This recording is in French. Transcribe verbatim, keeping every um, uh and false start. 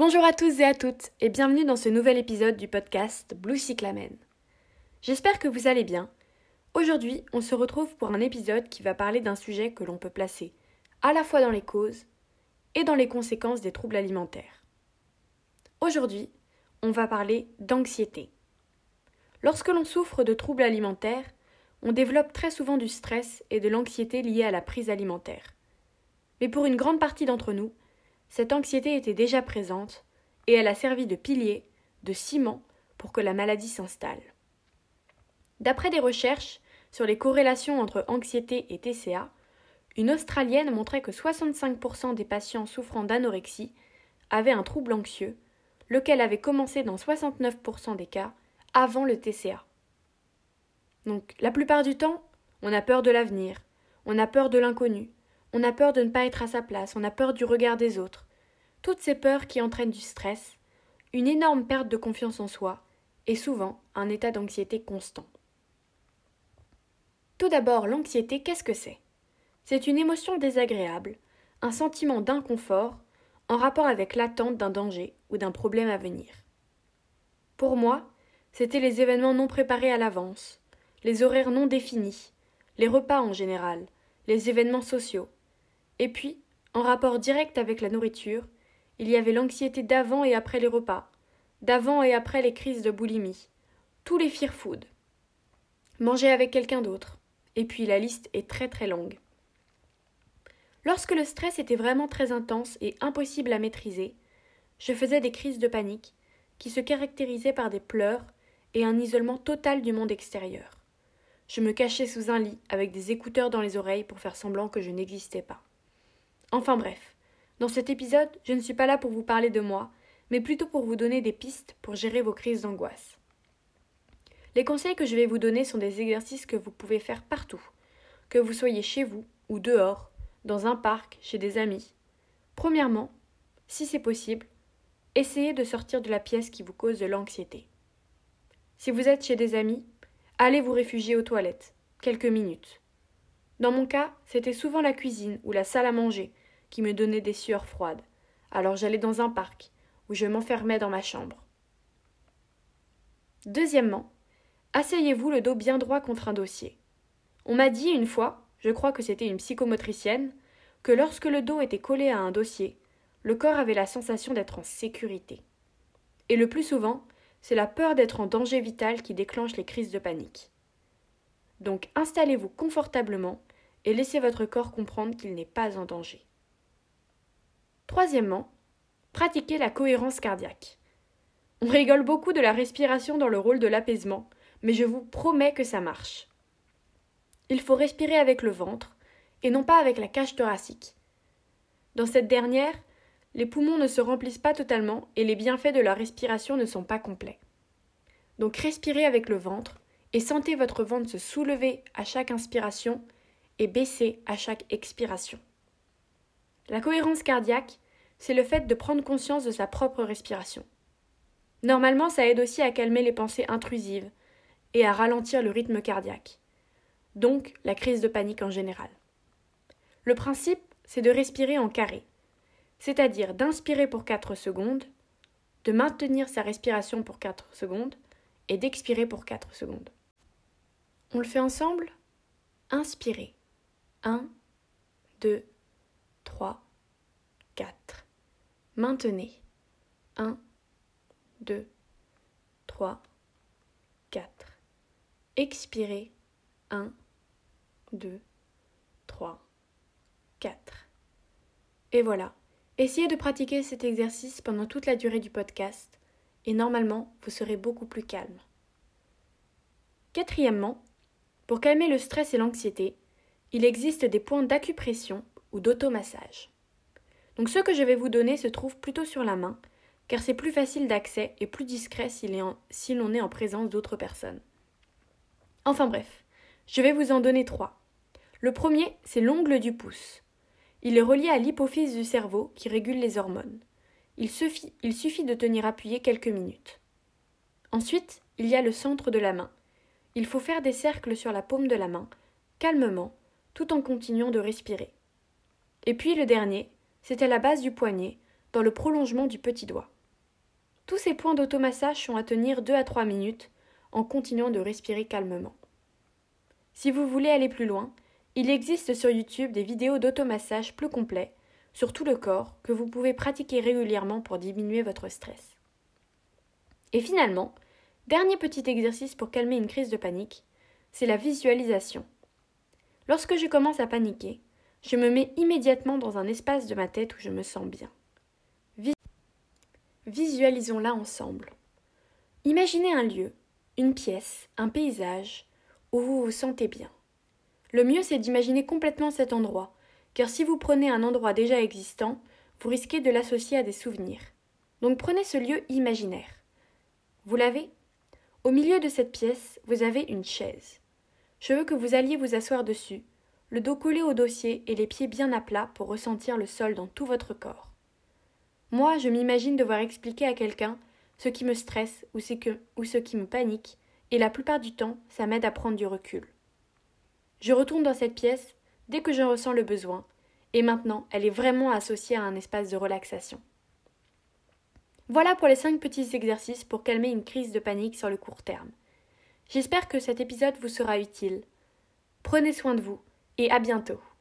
Bonjour à tous et à toutes et bienvenue dans ce nouvel épisode du podcast Blue Cyclamen. J'espère que vous allez bien. Aujourd'hui, on se retrouve pour un épisode qui va parler d'un sujet que l'on peut placer à la fois dans les causes et dans les conséquences des troubles alimentaires. Aujourd'hui, on va parler d'anxiété. Lorsque l'on souffre de troubles alimentaires, on développe très souvent du stress et de l'anxiété liée à la prise alimentaire. Mais pour une grande partie d'entre nous, cette anxiété était déjà présente et elle a servi de pilier, de ciment pour que la maladie s'installe. D'après des recherches sur les corrélations entre anxiété et T C A, une Australienne montrait que soixante-cinq pour cent des patients souffrant d'anorexie avaient un trouble anxieux, lequel avait commencé dans soixante-neuf pour cent des cas avant le T C A. Donc, la plupart du temps, on a peur de l'avenir, on a peur de l'inconnu, on a peur de ne pas être à sa place, on a peur du regard des autres. Toutes ces peurs qui entraînent du stress, une énorme perte de confiance en soi et souvent un état d'anxiété constant. Tout d'abord, l'anxiété, qu'est-ce que c'est ? C'est une émotion désagréable, un sentiment d'inconfort en rapport avec l'attente d'un danger ou d'un problème à venir. Pour moi, c'était les événements non préparés à l'avance, les horaires non définis, les repas en général, les événements sociaux. Et puis, en rapport direct avec la nourriture, il y avait l'anxiété d'avant et après les repas, d'avant et après les crises de boulimie, tous les fear food. Manger avec quelqu'un d'autre, et puis la liste est très très longue. Lorsque le stress était vraiment très intense et impossible à maîtriser, je faisais des crises de panique qui se caractérisaient par des pleurs et un isolement total du monde extérieur. Je me cachais sous un lit avec des écouteurs dans les oreilles pour faire semblant que je n'existais pas. Enfin bref, dans cet épisode, je ne suis pas là pour vous parler de moi, mais plutôt pour vous donner des pistes pour gérer vos crises d'angoisse. Les conseils que je vais vous donner sont des exercices que vous pouvez faire partout, que vous soyez chez vous ou dehors, dans un parc, chez des amis. Premièrement, si c'est possible, essayez de sortir de la pièce qui vous cause de l'anxiété. Si vous êtes chez des amis, allez vous réfugier aux toilettes, quelques minutes. Dans mon cas, c'était souvent la cuisine ou la salle à manger qui me donnait des sueurs froides, alors j'allais dans un parc, où je m'enfermais dans ma chambre. Deuxièmement, asseyez-vous le dos bien droit contre un dossier. On m'a dit une fois, je crois que c'était une psychomotricienne, que lorsque le dos était collé à un dossier, le corps avait la sensation d'être en sécurité. Et le plus souvent, c'est la peur d'être en danger vital qui déclenche les crises de panique. Donc installez-vous confortablement et laissez votre corps comprendre qu'il n'est pas en danger. Troisièmement, pratiquez la cohérence cardiaque. On rigole beaucoup de la respiration dans le rôle de l'apaisement, mais je vous promets que ça marche. Il faut respirer avec le ventre et non pas avec la cage thoracique. Dans cette dernière, les poumons ne se remplissent pas totalement et les bienfaits de la respiration ne sont pas complets. Donc respirez avec le ventre et sentez votre ventre se soulever à chaque inspiration et baisser à chaque expiration. La cohérence cardiaque, c'est le fait de prendre conscience de sa propre respiration. Normalement, ça aide aussi à calmer les pensées intrusives et à ralentir le rythme cardiaque, donc la crise de panique en général. Le principe, c'est de respirer en carré, c'est-à-dire d'inspirer pour quatre secondes, de maintenir sa respiration pour quatre secondes et d'expirer pour quatre secondes. On le fait ensemble ? Inspirez. un, deux, trois, quatre. Maintenez. un, deux, trois, quatre. Expirez. un, deux, trois, quatre. Et voilà. Essayez de pratiquer cet exercice pendant toute la durée du podcast et normalement, vous serez beaucoup plus calme. Quatrièmement, pour calmer le stress et l'anxiété, il existe des points d'acupression ou d'automassage. Donc ceux que je vais vous donner se trouvent plutôt sur la main, car c'est plus facile d'accès et plus discret s'il est en, si l'on est en présence d'autres personnes. Enfin bref, je vais vous en donner trois. Le premier, c'est l'ongle du pouce. Il est relié à l'hypophyse du cerveau qui régule les hormones. Il suffit, il suffit de tenir appuyé quelques minutes. Ensuite, il y a le centre de la main. Il faut faire des cercles sur la paume de la main, calmement, tout en continuant de respirer. Et puis le dernier, c'est à la base du poignet, dans le prolongement du petit doigt. Tous ces points d'automassage sont à tenir deux à trois minutes en continuant de respirer calmement. Si vous voulez aller plus loin, il existe sur YouTube des vidéos d'automassage plus complets sur tout le corps que vous pouvez pratiquer régulièrement pour diminuer votre stress. Et finalement, dernier petit exercice pour calmer une crise de panique, c'est la visualisation. Lorsque je commence à paniquer, je me mets immédiatement dans un espace de ma tête où je me sens bien. Vis- Visualisons-la ensemble. Imaginez un lieu, une pièce, un paysage où vous vous sentez bien. Le mieux, c'est d'imaginer complètement cet endroit, car si vous prenez un endroit déjà existant, vous risquez de l'associer à des souvenirs. Donc prenez ce lieu imaginaire. Vous l'avez ? Au milieu de cette pièce, vous avez une chaise. Je veux que vous alliez vous asseoir dessus, le dos collé au dossier et les pieds bien à plat pour ressentir le sol dans tout votre corps. Moi, je m'imagine devoir expliquer à quelqu'un ce qui me stresse ou ce, que, ou ce qui me panique, et la plupart du temps, ça m'aide à prendre du recul. Je retourne dans cette pièce dès que je ressens le besoin, et maintenant, elle est vraiment associée à un espace de relaxation. Voilà pour les cinq petits exercices pour calmer une crise de panique sur le court terme. J'espère que cet épisode vous sera utile. Prenez soin de vous et à bientôt.